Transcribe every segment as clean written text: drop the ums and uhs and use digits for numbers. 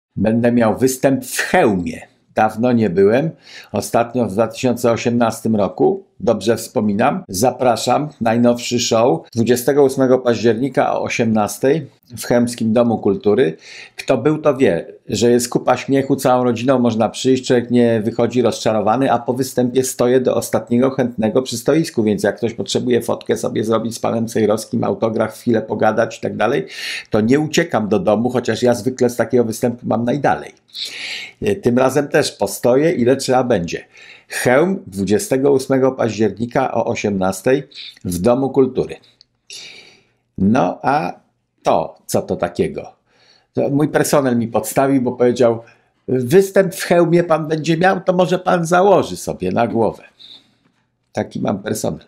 Będę miał występ w Chełmie. Dawno nie byłem. Ostatnio w 2018 roku. Dobrze wspominam. Zapraszam. Najnowszy show 28 października o 18 w Chełmskim Domu Kultury. Kto był, to wie, że jest kupa śmiechu, całą rodziną można przyjść, człowiek nie wychodzi rozczarowany, a po występie stoję do ostatniego chętnego przy stoisku, więc jak ktoś potrzebuje fotkę sobie zrobić z panem Cejrowskim, autograf, chwilę pogadać i tak dalej, to nie uciekam do domu, chociaż ja zwykle z takiego występu mam najdalej. Tym razem też postoję, ile trzeba będzie. Chełm 28 października o 18 w Domu Kultury. No a to, co to takiego? To mój personel mi podstawił, bo powiedział, występ w Chełmie pan będzie miał, to może pan założy sobie na głowę. Taki mam personel.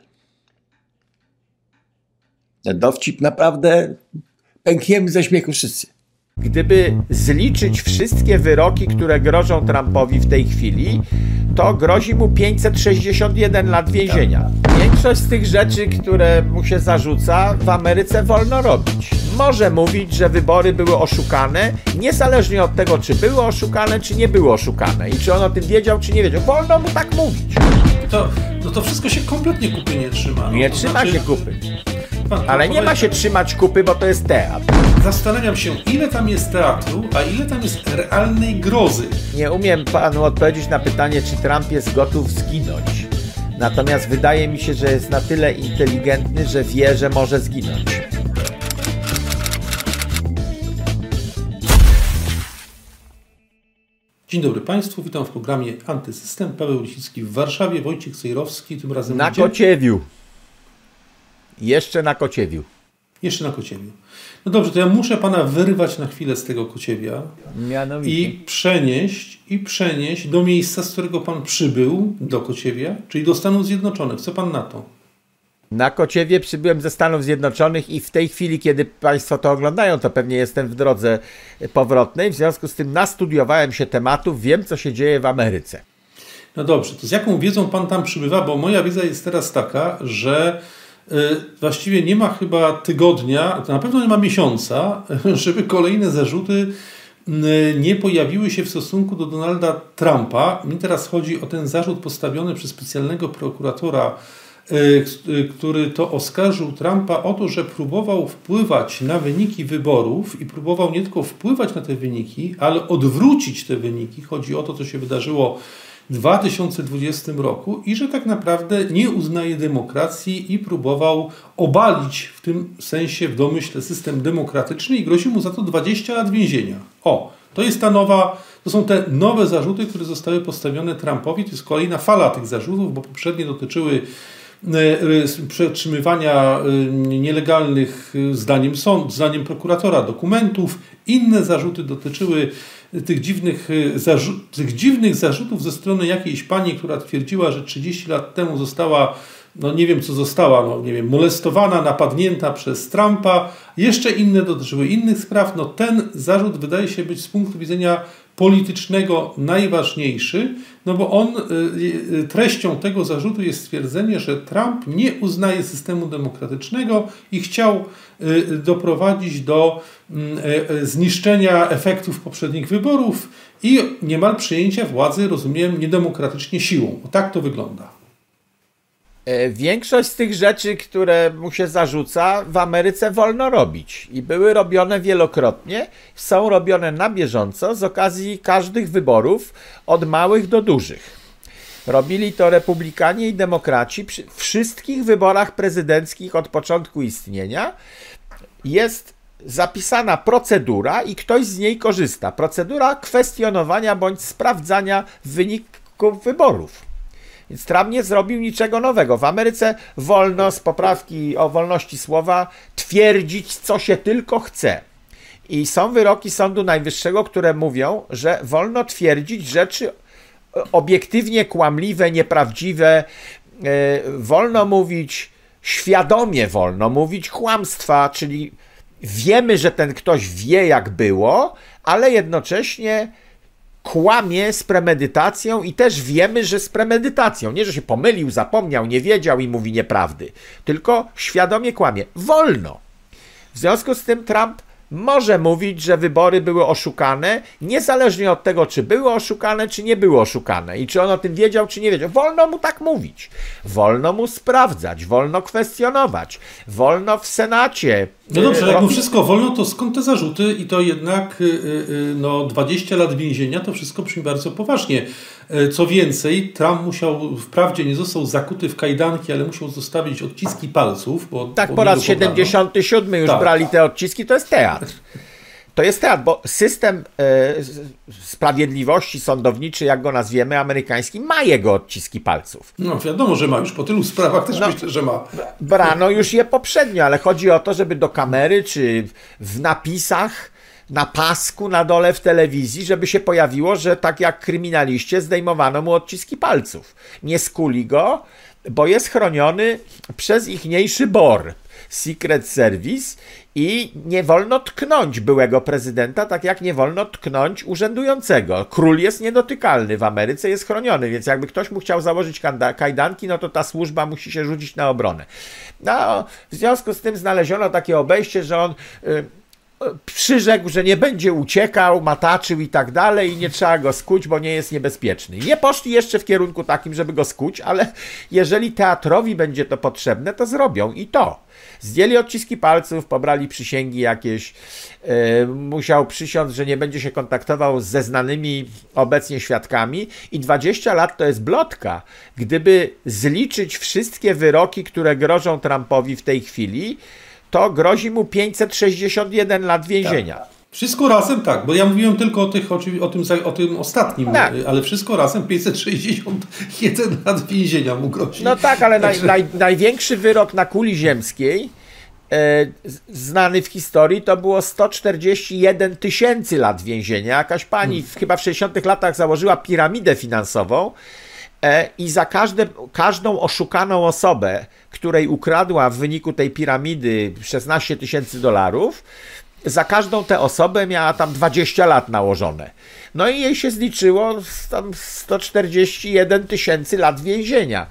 Dowcip naprawdę pękniemy ze śmiechu wszyscy. Gdyby zliczyć wszystkie wyroki, które grożą Trumpowi w tej chwili, to grozi mu 561 lat więzienia. Większość z tych rzeczy, które mu się zarzuca, w Ameryce wolno robić. Może mówić, że wybory były oszukane, niezależnie od tego, czy były oszukane, czy nie były oszukane. I czy on o tym wiedział, czy nie wiedział. Wolno mu tak mówić. To wszystko się kompletnie kupy nie trzyma. Nie trzyma się kupy. Ale nie ma się trzymać kupy, bo to jest teatr. Zastanawiam się, ile tam jest teatru, a ile tam jest realnej grozy. Nie umiem panu odpowiedzieć na pytanie, czy Trump jest gotów zginąć. Natomiast wydaje mi się, że jest na tyle inteligentny, że wie, że może zginąć. Dzień dobry Państwu, witam w programie Antysystem. Paweł Lisicki w Warszawie, Wojciech Cejrowski, tym razem na Kociewiu. Jeszcze na Kociewiu. Jeszcze na Kociewiu. No dobrze, to ja muszę Pana wyrwać na chwilę z tego Kociewia. Mianowicie. I przenieść do miejsca, z którego Pan przybył do Kociewia, czyli do Stanów Zjednoczonych. Co Pan na to? Na Kociewie przybyłem ze Stanów Zjednoczonych i w tej chwili, kiedy Państwo to oglądają, to pewnie jestem w drodze powrotnej. W związku z tym nastudiowałem się tematów, wiem, co się dzieje w Ameryce. No dobrze, to z jaką wiedzą Pan tam przybywa? Bo moja wiedza jest teraz taka, że właściwie nie ma chyba tygodnia, to na pewno nie ma miesiąca, żeby kolejne zarzuty nie pojawiły się w stosunku do Donalda Trumpa. Mi teraz chodzi o ten zarzut postawiony przez specjalnego prokuratora, który to oskarżył Trumpa o to, że próbował wpływać na wyniki wyborów i próbował nie tylko wpływać na te wyniki, ale odwrócić te wyniki. Chodzi o to, co się wydarzyło w 2020 roku i że tak naprawdę nie uznaje demokracji i próbował obalić w tym sensie w domyśle system demokratyczny i grozi mu za to 20 lat więzienia. To są te nowe zarzuty, które zostały postawione Trumpowi. To jest kolejna fala tych zarzutów, bo poprzednie dotyczyły przetrzymywania nielegalnych zdaniem prokuratora dokumentów. Inne zarzuty dotyczyły tych dziwnych zarzutów ze strony jakiejś pani, która twierdziła, że 30 lat temu została, molestowana, napadnięta przez Trumpa. Jeszcze inne dotyczyły innych spraw. Ten zarzut wydaje się być z punktu widzenia politycznego najważniejszy, bo treścią tego zarzutu jest stwierdzenie, że Trump nie uznaje systemu demokratycznego i chciał doprowadzić do zniszczenia efektów poprzednich wyborów i niemal przejęcia władzy, rozumiem, niedemokratycznie siłą. Tak to wygląda. Większość z tych rzeczy, które mu się zarzuca, w Ameryce wolno robić i były robione wielokrotnie, są robione na bieżąco z okazji każdych wyborów, od małych do dużych. Robili to republikanie i demokraci przy wszystkich wyborach prezydenckich od początku istnienia. Jest zapisana procedura i ktoś z niej korzysta. Procedura kwestionowania bądź sprawdzania wyników wyborów. Więc Trump nie zrobił niczego nowego. W Ameryce wolno z poprawki o wolności słowa twierdzić, co się tylko chce. I są wyroki Sądu Najwyższego, które mówią, że wolno twierdzić rzeczy obiektywnie kłamliwe, nieprawdziwe. Wolno mówić, świadomie wolno mówić kłamstwa, czyli wiemy, że ten ktoś wie, jak było, ale jednocześnie kłamie z premedytacją i też wiemy, że z premedytacją. Nie, że się pomylił, zapomniał, nie wiedział i mówi nieprawdy, tylko świadomie kłamie. Wolno. W związku z tym Trump może mówić, że wybory były oszukane, niezależnie od tego, czy były oszukane, czy nie były oszukane i czy on o tym wiedział, czy nie wiedział. Wolno mu tak mówić, wolno mu sprawdzać, wolno kwestionować, wolno w Senacie. No dobrze, jak mu wszystko wolno, to skąd te zarzuty i to jednak 20 lat więzienia, to wszystko brzmi bardzo poważnie. Co więcej, Trump musiał, wprawdzie nie został zakuty w kajdanki, ale musiał zostawić odciski palców. Tak, po raz 77 już brali te odciski, to jest teatr. To jest teatr, bo system sprawiedliwości sądowniczy, jak go nazwiemy, amerykański, ma jego odciski palców. No wiadomo, że ma, już po tylu sprawach też myślę, że ma. Brano już je poprzednio, ale chodzi o to, żeby do kamery, czy w napisach, na pasku, na dole w telewizji, żeby się pojawiło, że tak jak kryminaliście zdejmowano mu odciski palców. Nie skuli go, bo jest chroniony przez ichniejszy BOR, Secret Service, i nie wolno tknąć byłego prezydenta, tak jak nie wolno tknąć urzędującego. Król jest niedotykalny, w Ameryce jest chroniony, więc jakby ktoś mu chciał założyć kajdanki, no to ta służba musi się rzucić na obronę. No, w związku z tym znaleziono takie obejście, że on przyrzekł, że nie będzie uciekał, mataczył i tak dalej i nie trzeba go skuć, bo nie jest niebezpieczny. Nie poszli jeszcze w kierunku takim, żeby go skuć, ale jeżeli teatrowi będzie to potrzebne, to zrobią i to. Zdjęli odciski palców, pobrali przysięgi jakieś, musiał przysiąc, że nie będzie się kontaktował ze znanymi obecnie świadkami i 20 lat to jest blotka. Gdyby zliczyć wszystkie wyroki, które grożą Trumpowi w tej chwili, to grozi mu 561 lat więzienia. Tak. Wszystko razem tak, bo ja mówiłem tylko o tym ostatnim, tak. Ale wszystko razem 561 lat więzienia mu grozi. No tak, ale największy wyrok na kuli ziemskiej, znany w historii, to było 141 000 lat więzienia. Jakaś pani chyba w 60 latach założyła piramidę finansową i za każdą oszukaną osobę, której ukradła w wyniku tej piramidy $16,000, za każdą tę osobę miała tam 20 lat nałożone. No i jej się zliczyło tam 141 000 lat więzienia.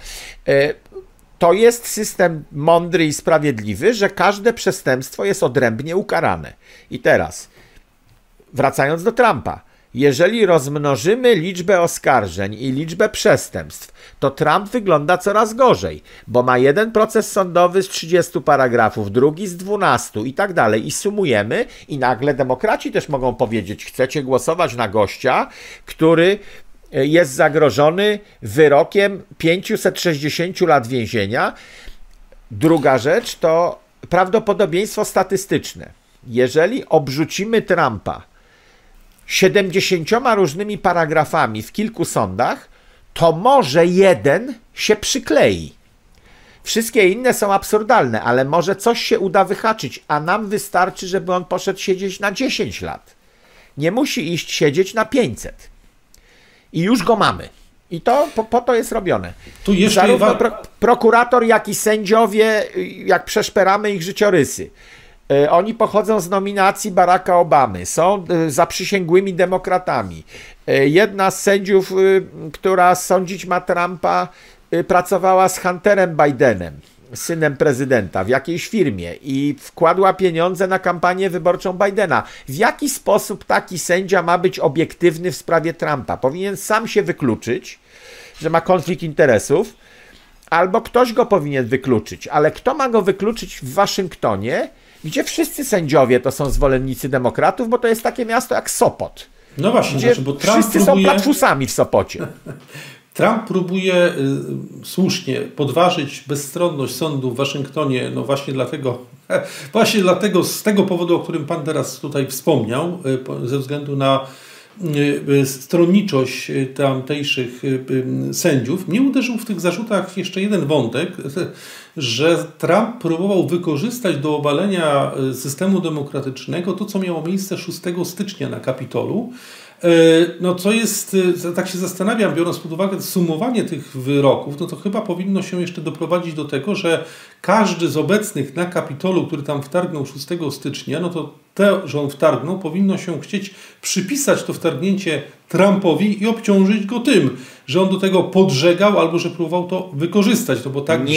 To jest system mądry i sprawiedliwy, że każde przestępstwo jest odrębnie ukarane. I teraz, wracając do Trumpa, jeżeli rozmnożymy liczbę oskarżeń i liczbę przestępstw, to Trump wygląda coraz gorzej, bo ma jeden proces sądowy z 30 paragrafów, drugi z 12 i tak dalej. I sumujemy i nagle demokraci też mogą powiedzieć, chcecie głosować na gościa, który jest zagrożony wyrokiem 560 lat więzienia. Druga rzecz to prawdopodobieństwo statystyczne. Jeżeli obrzucimy Trumpa 70 różnymi paragrafami w kilku sądach, to może jeden się przyklei. Wszystkie inne są absurdalne, ale może coś się uda wyhaczyć, a nam wystarczy, żeby on poszedł siedzieć na 10 lat. Nie musi iść siedzieć na 500. I już go mamy. I to po to jest robione. Tu jeszcze zarówno prokurator, jak i sędziowie, jak przeszperamy ich życiorysy, oni pochodzą z nominacji Baracka Obamy, są zaprzysięgłymi demokratami. Jedna z sędziów, która sądzić ma Trumpa, pracowała z Hunterem Bidenem, synem prezydenta, w jakiejś firmie i wkładła pieniądze na kampanię wyborczą Bidena. W jaki sposób taki sędzia ma być obiektywny w sprawie Trumpa? Powinien sam się wykluczyć, że ma konflikt interesów, albo ktoś go powinien wykluczyć. Ale kto ma go wykluczyć w Waszyngtonie, gdzie wszyscy sędziowie to są zwolennicy demokratów, bo to jest takie miasto jak Sopot. No właśnie, gdzie bo Trump wszyscy są platfusami w Sopocie. Trump próbuje słusznie podważyć bezstronność sądu w Waszyngtonie, no właśnie dlatego, z tego powodu, o którym Pan teraz tutaj wspomniał, ze względu na stronniczość tamtejszych sędziów. Mnie uderzył w tych zarzutach jeszcze jeden wątek, że Trump próbował wykorzystać do obalenia systemu demokratycznego to, co miało miejsce 6 stycznia na Kapitolu. No co jest, tak się zastanawiam, biorąc pod uwagę sumowanie tych wyroków, no to chyba powinno się jeszcze doprowadzić do tego, że każdy z obecnych na Kapitolu, który tam wtargnął 6 stycznia, no to to, że on wtargnął, powinno się chcieć przypisać to wtargnięcie Trumpowi i obciążyć go tym, że on do tego podżegał albo że próbował to wykorzystać. To bo tak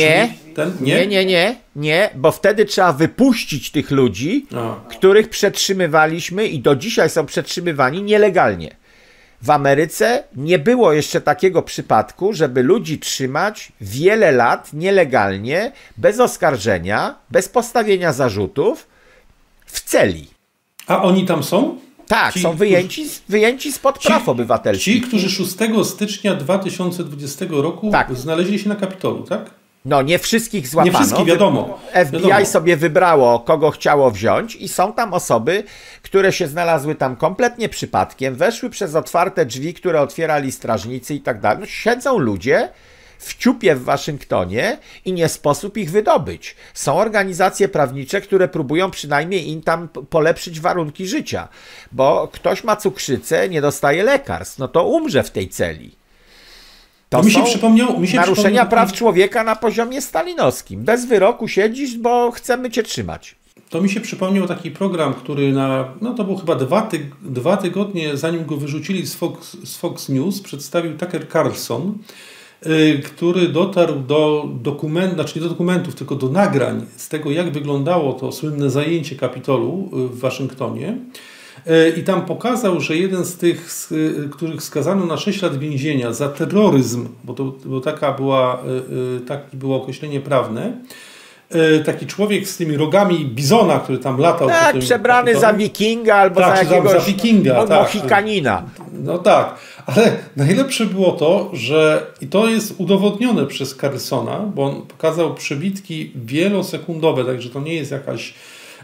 nie, bo wtedy trzeba wypuścić tych ludzi, których przetrzymywaliśmy i do dzisiaj są przetrzymywani nielegalnie. W Ameryce nie było jeszcze takiego przypadku, żeby ludzi trzymać wiele lat nielegalnie, bez oskarżenia, bez postawienia zarzutów, w celi. A oni tam są? Tak, są wyjęci spod praw obywatelskich. Ci, którzy 6 stycznia 2020 roku znaleźli się na Kapitolu, tak? No, nie wszystkich złapano. Nie wszystkich, wiadomo. FBI sobie wybrało, kogo chciało wziąć i są tam osoby, które się znalazły tam kompletnie przypadkiem, weszły przez otwarte drzwi, które otwierali strażnicy i tak dalej. No, siedzą ludzie w ciupie w Waszyngtonie i nie sposób ich wydobyć. Są organizacje prawnicze, które próbują przynajmniej im tam polepszyć warunki życia, bo ktoś ma cukrzycę, nie dostaje lekarstw, no to umrze w tej celi. To mi się przypomniał naruszenia praw człowieka na poziomie stalinowskim. Bez wyroku siedzisz, bo chcemy cię trzymać. To mi się przypomniał taki program, który to był chyba 2 tygodnie, zanim go wyrzucili z Fox News, przedstawił Tucker Carlson, który dotarł do dokumentów, tylko do nagrań z tego, jak wyglądało to słynne zajęcie Kapitolu w Waszyngtonie. I tam pokazał, że jeden z tych, których skazano na 6 lat więzienia za terroryzm, bo takie było określenie prawne, taki człowiek z tymi rogami bizona, który tam latał. Tak, przebrany za wikinga albo za jakiegoś Mohikanina. No tak, ale najlepsze było to, że i to jest udowodnione przez Carlsona, bo on pokazał przebitki wielosekundowe, także to nie jest jakaś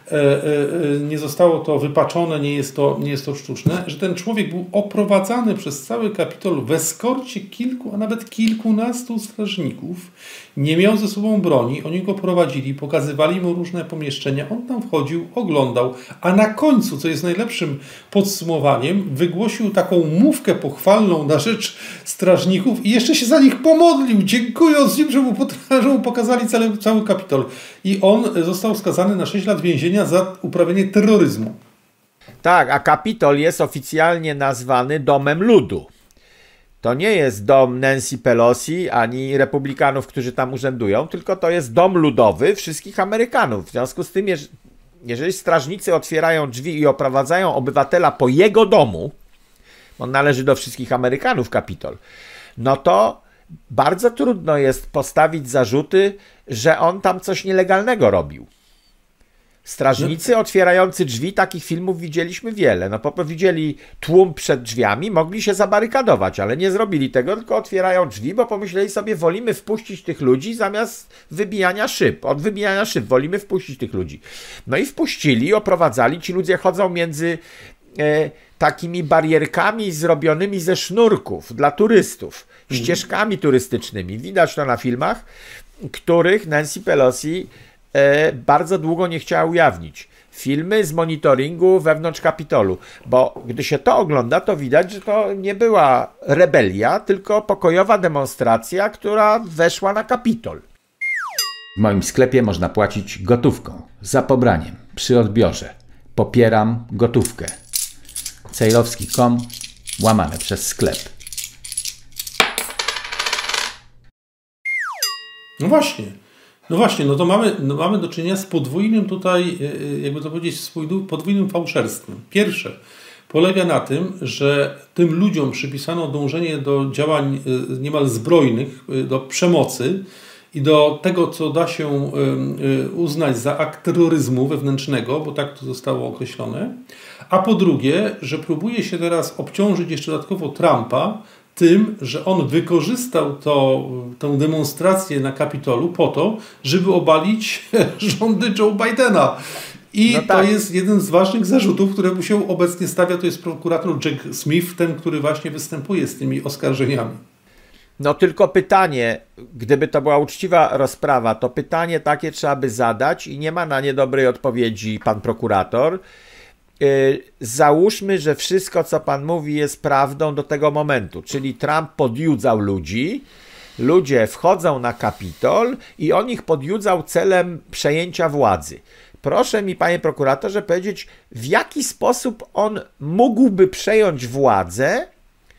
nie zostało to wypaczone, nie jest to sztuczne, że ten człowiek był oprowadzany przez cały Kapitol w eskorcie kilku, a nawet kilkunastu strażników. Nie miał ze sobą broni, oni go prowadzili, pokazywali mu różne pomieszczenia, on tam wchodził, oglądał, a na końcu, co jest najlepszym podsumowaniem, wygłosił taką mówkę pochwalną na rzecz strażników i jeszcze się za nich pomodlił, dziękując im, że mu pokazali cały Kapitol. I on został skazany na 6 lat więzienia za uprawianie terroryzmu. Tak, a Kapitol jest oficjalnie nazwany Domem Ludu. To nie jest dom Nancy Pelosi ani republikanów, którzy tam urzędują, tylko to jest dom ludowy wszystkich Amerykanów. W związku z tym, jeżeli strażnicy otwierają drzwi i oprowadzają obywatela po jego domu, on należy do wszystkich Amerykanów, Kapitol, no to bardzo trudno jest postawić zarzuty, że on tam coś nielegalnego robił. Strażnicy otwierający drzwi, takich filmów widzieliśmy wiele. No widzieli tłum przed drzwiami, mogli się zabarykadować, ale nie zrobili tego, tylko otwierają drzwi, bo pomyśleli sobie, wolimy wpuścić tych ludzi zamiast wybijania szyb. Od wybijania szyb wolimy wpuścić tych ludzi. No i wpuścili, oprowadzali. Ci ludzie chodzą między takimi barierkami zrobionymi ze sznurków dla turystów, ścieżkami turystycznymi. Widać to na filmach, których Nancy Pelosi bardzo długo nie chciała ujawnić. Filmy z monitoringu wewnątrz Kapitolu, bo gdy się to ogląda, to widać, że to nie była rebelia, tylko pokojowa demonstracja, która weszła na Kapitol. W moim sklepie można płacić gotówką, za pobraniem, przy odbiorze. Popieram gotówkę. Cejrowski.com/sklep. No właśnie, no to mamy do czynienia z podwójnym tutaj, jakby to powiedzieć, podwójnym fałszerstwem. Pierwsze polega na tym, że tym ludziom przypisano dążenie do działań niemal zbrojnych, do przemocy i do tego, co da się uznać za akt terroryzmu wewnętrznego, bo tak to zostało określone. A po drugie, że próbuje się teraz obciążyć jeszcze dodatkowo Trumpa tym, że on wykorzystał tę demonstrację na Kapitolu po to, żeby obalić rządy Joe Bidena. I no tak. To jest jeden z ważnych zarzutów, które mu się obecnie stawia, to jest prokurator Jack Smith, ten, który właśnie występuje z tymi oskarżeniami. No tylko pytanie, gdyby to była uczciwa rozprawa, to pytanie takie trzeba by zadać i nie ma na nie dobrej odpowiedzi pan prokurator. Załóżmy, że wszystko, co pan mówi, jest prawdą do tego momentu, czyli Trump podjudzał ludzi, ludzie wchodzą na Kapitol i on ich podjudzał celem przejęcia władzy. Proszę mi, panie prokuratorze, powiedzieć, w jaki sposób on mógłby przejąć władzę,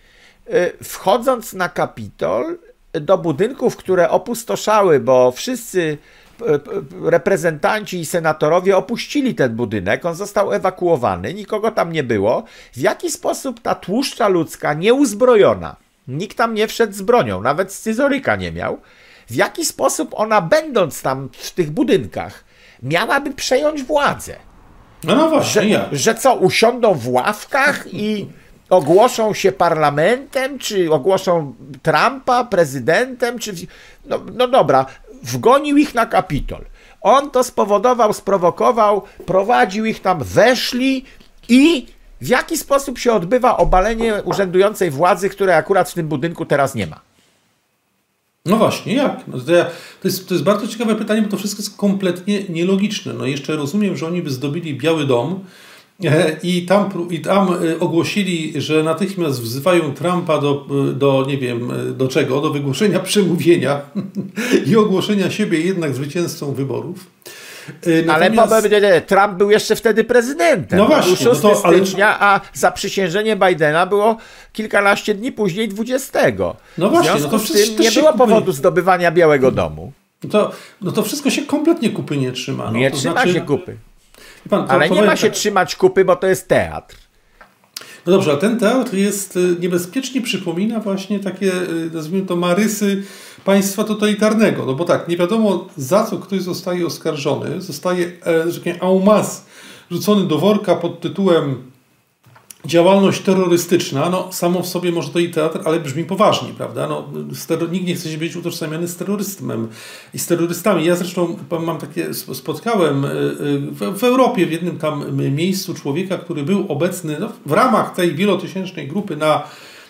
wchodząc na Kapitol, do budynków, które opustoszały, bo wszyscy reprezentanci i senatorowie opuścili ten budynek, on został ewakuowany, nikogo tam nie było. W jaki sposób ta tłuszcza ludzka, nieuzbrojona, nikt tam nie wszedł z bronią, nawet scyzoryka nie miał, w jaki sposób ona, będąc tam w tych budynkach, miałaby przejąć władzę? No właśnie, że co, usiądą w ławkach i ogłoszą się parlamentem, czy ogłoszą Trumpa prezydentem, czy... No dobra, wgonił ich na Kapitol. On to spowodował, sprowokował, prowadził ich tam, weszli i w jaki sposób się odbywa obalenie urzędującej władzy, której akurat w tym budynku teraz nie ma? No właśnie, jak? No to jest bardzo ciekawe pytanie, bo to wszystko jest kompletnie nielogiczne. No jeszcze rozumiem, że oni by zdobili Biały Dom i tam ogłosili, że natychmiast wzywają Trumpa do nie wiem, do czego, do wygłoszenia przemówienia i ogłoszenia siebie jednak zwycięzcą wyborów. Natomiast... Ale Trump był jeszcze wtedy prezydentem. No właśnie. 6 stycznia, a zaprzysiężenie Bidena było kilkanaście dni później, 20. No właśnie. W związku z tym nie było powodu zdobywania Białego Domu. To wszystko się kompletnie kupy nie trzyma. No. Nie trzyma się kupy. Ale nie ma się trzymać kupy, bo to jest teatr. No dobrze, a ten teatr jest niebezpiecznie przypomina właśnie takie, nazwijmy to, marysy państwa totalitarnego. No bo tak, nie wiadomo za co ktoś zostaje oskarżony. Zostaje, że tak powiem, en masse rzucony do worka pod tytułem działalność terrorystyczna. No samo w sobie może to i teatr, ale brzmi poważnie, prawda? No, nikt nie chce się być utożsamiany z terroryzmem i z terrorystami. Ja zresztą spotkałem w Europie w jednym tam miejscu człowieka, który był obecny w ramach tej wielotysięcznej grupy na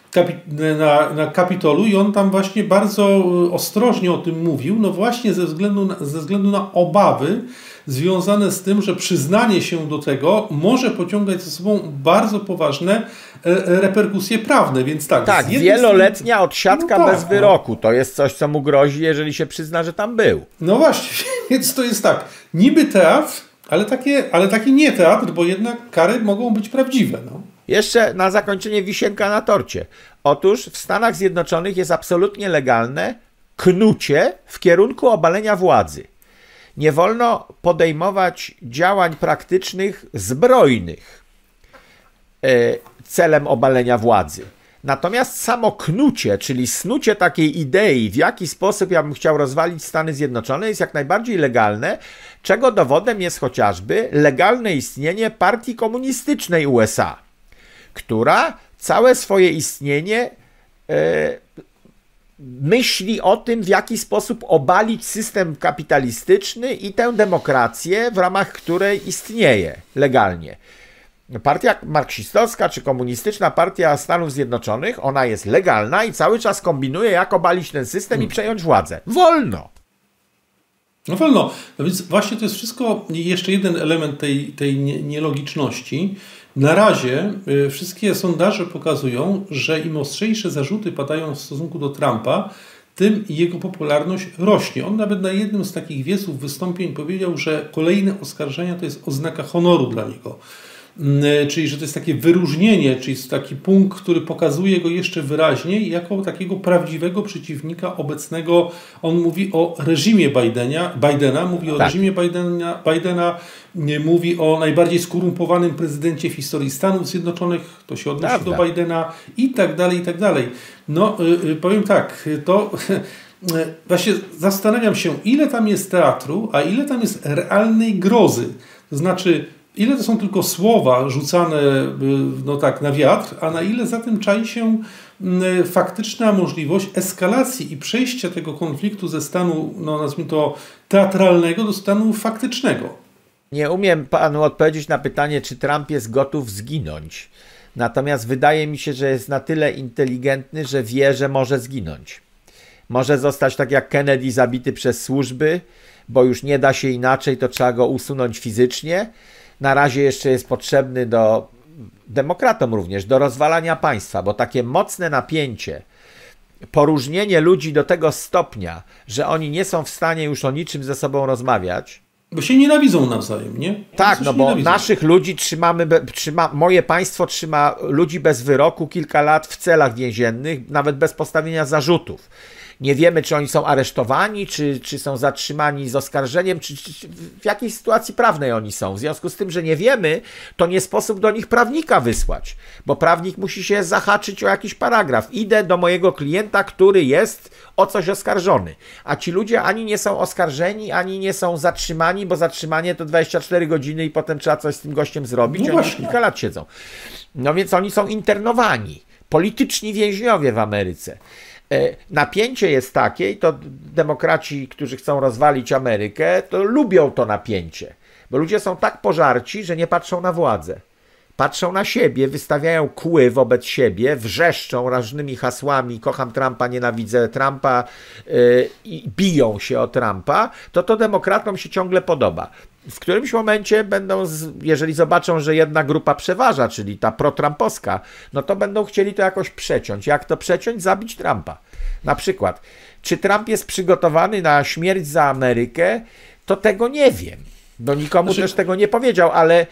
Kapitolu i on tam właśnie bardzo ostrożnie o tym mówił, no właśnie ze względu na obawy związane z tym, że przyznanie się do tego może pociągać za sobą bardzo poważne reperkusje prawne, więc tak. Tak, wieloletnia odsiadka bez wyroku, to jest coś, co mu grozi, jeżeli się przyzna, że tam był. No właśnie, więc to jest tak, niby teatr, ale taki nie teatr, bo jednak kary mogą być prawdziwe, no. Jeszcze na zakończenie wisienka na torcie. Otóż w Stanach Zjednoczonych jest absolutnie legalne knucie w kierunku obalenia władzy. Nie wolno podejmować działań praktycznych zbrojnych celem obalenia władzy. Natomiast samo knucie, czyli snucie takiej idei, w jaki sposób ja bym chciał rozwalić Stany Zjednoczone, jest jak najbardziej legalne, czego dowodem jest chociażby legalne istnienie partii komunistycznej USA, która całe swoje istnienie myśli o tym, w jaki sposób obalić system kapitalistyczny i tę demokrację, w ramach której istnieje legalnie. Partia marksistowska czy komunistyczna partia Stanów Zjednoczonych, ona jest legalna i cały czas kombinuje, jak obalić ten system i przejąć władzę. Wolno! No wolno. No więc właśnie to jest wszystko jeszcze jeden element tej nielogiczności. Na razie wszystkie sondaże pokazują, że im ostrzejsze zarzuty padają w stosunku do Trumpa, tym jego popularność rośnie. On nawet na jednym z takich wieców wystąpień powiedział, że kolejne oskarżenia to jest oznaka honoru dla niego. Czyli, że to jest takie wyróżnienie, czyli jest taki punkt, który pokazuje go jeszcze wyraźniej jako takiego prawdziwego przeciwnika obecnego. On mówi o reżimie Bidena, mówi o reżimie Bidena, mówi o najbardziej skorumpowanym prezydencie w historii Stanów Zjednoczonych, to się odnosi do Bidena i tak dalej, i tak dalej. No, powiem tak, to właśnie zastanawiam się, ile tam jest teatru, a ile tam jest realnej grozy. To znaczy, ile to są tylko słowa rzucane no tak, na wiatr, a na ile za tym czai się faktyczna możliwość eskalacji i przejścia tego konfliktu ze stanu, no nazwijmy to, teatralnego do stanu faktycznego. Nie umiem panu odpowiedzieć na pytanie, czy Trump jest gotów zginąć. Natomiast wydaje mi się, że jest na tyle inteligentny, że wie, że może zginąć. Może zostać tak jak Kennedy zabity przez służby, bo już nie da się inaczej, to trzeba go usunąć fizycznie. Na razie jeszcze jest potrzebny demokratom również, do rozwalania państwa, bo takie mocne napięcie, poróżnienie ludzi do tego stopnia, że oni nie są w stanie już o niczym ze sobą rozmawiać, Bo się nienawidzą nawzajem, nie? Tak, no bo naszych ludzi moje państwo trzyma ludzi bez wyroku kilka lat w celach więziennych, nawet bez postawienia zarzutów. Nie wiemy, czy oni są aresztowani, czy są zatrzymani z oskarżeniem, czy w jakiej sytuacji prawnej oni są. W związku z tym, że nie wiemy, to nie sposób do nich prawnika wysłać, bo prawnik musi się zahaczyć o jakiś paragraf. Idę do mojego klienta, który jest o coś oskarżony, a ci ludzie ani nie są oskarżeni, ani nie są zatrzymani, bo zatrzymanie to 24 godziny i potem trzeba coś z tym gościem zrobić. No oni kilka lat siedzą. No więc oni są internowani. Polityczni więźniowie w Ameryce. Napięcie jest takie, i to demokraci, którzy chcą rozwalić Amerykę, to lubią to napięcie, bo ludzie są tak pożarci, że nie patrzą na władzę. Patrzą na siebie, wystawiają kły wobec siebie, wrzeszczą różnymi hasłami, kocham Trumpa, nienawidzę Trumpa i biją się o Trumpa, to demokratom się ciągle podoba. W którymś momencie będą, jeżeli zobaczą, że jedna grupa przeważa, czyli ta pro-trumpowska, no to będą chcieli to jakoś przeciąć. Jak to przeciąć? Zabić Trumpa. Na przykład, czy Trump jest przygotowany na śmierć za Amerykę, to tego nie wiem. No nikomu też tego nie powiedział, ale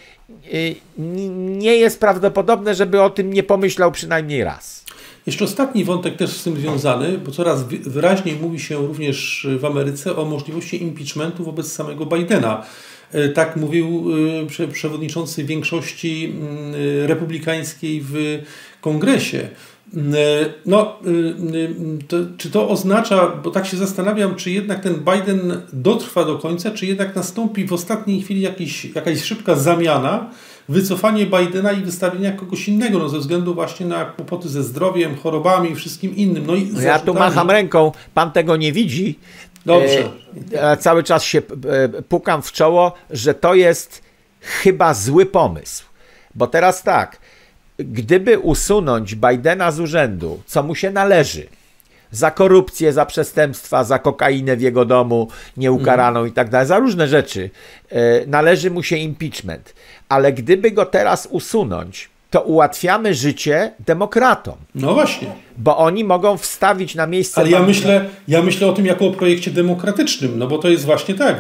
nie jest prawdopodobne, żeby o tym nie pomyślał przynajmniej raz. Jeszcze ostatni wątek też z tym związany, bo coraz wyraźniej mówi się również w Ameryce o możliwości impeachmentu wobec samego Bidena. Tak mówił przewodniczący większości republikańskiej w Kongresie. No, czy to oznacza, bo tak się zastanawiam, czy jednak ten Biden dotrwa do końca, czy jednak nastąpi w ostatniej chwili jakaś szybka zamiana, wycofanie Bidena i wystawienia kogoś innego, no ze względu właśnie na kłopoty ze zdrowiem, chorobami i wszystkim innym. No i ja tu macham ręką, pan tego nie widzi. Dobrze. Cały czas się pukam w czoło, że to jest chyba zły pomysł. Bo teraz tak, gdyby usunąć Bidena z urzędu, co mu się należy, za korupcję, za przestępstwa, za kokainę w jego domu nieukaraną i tak dalej, za różne rzeczy, należy mu się impeachment. Ale gdyby go teraz usunąć, to ułatwiamy życie demokratom. No właśnie. Bo oni mogą wstawić na miejsce... Ale ja myślę o tym jako o projekcie demokratycznym, no bo to jest właśnie tak.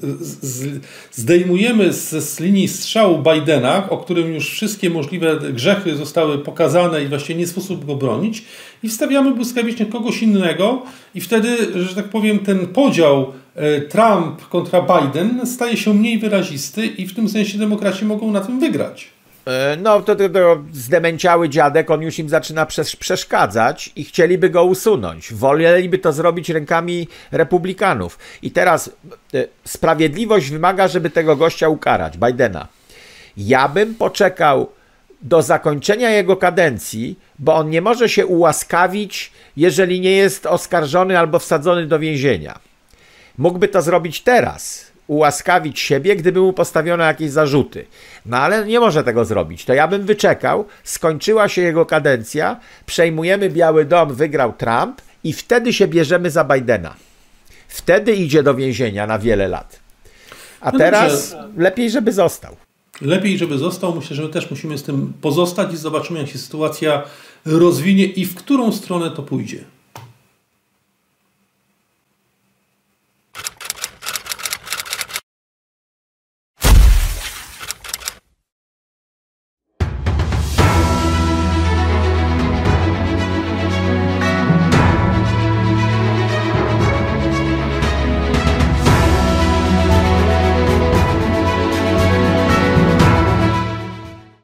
Zdejmujemy z linii strzału Bidena, o którym już wszystkie możliwe grzechy zostały pokazane i właściwie nie sposób go bronić, i wstawiamy błyskawicznie kogoś innego i wtedy, że tak powiem, ten podział Trump kontra Biden staje się mniej wyrazisty i w tym sensie demokraci mogą na tym wygrać. No, to zdemęciały dziadek, on już im zaczyna przeszkadzać i chcieliby go usunąć. Woleliby to zrobić rękami republikanów. I teraz sprawiedliwość wymaga, żeby tego gościa ukarać, Bidena. Ja bym poczekał do zakończenia jego kadencji, bo on nie może się ułaskawić, jeżeli nie jest oskarżony albo wsadzony do więzienia. Mógłby to zrobić teraz, ułaskawić siebie, gdyby mu postawiono jakieś zarzuty. No ale nie może tego zrobić. To ja bym wyczekał, skończyła się jego kadencja, przejmujemy Biały Dom, wygrał Trump i wtedy się bierzemy za Bidena. Wtedy idzie do więzienia na wiele lat. A teraz lepiej, żeby został. Lepiej, żeby został. Myślę, że my też musimy z tym pozostać i zobaczymy, jak się sytuacja rozwinie i w którą stronę to pójdzie.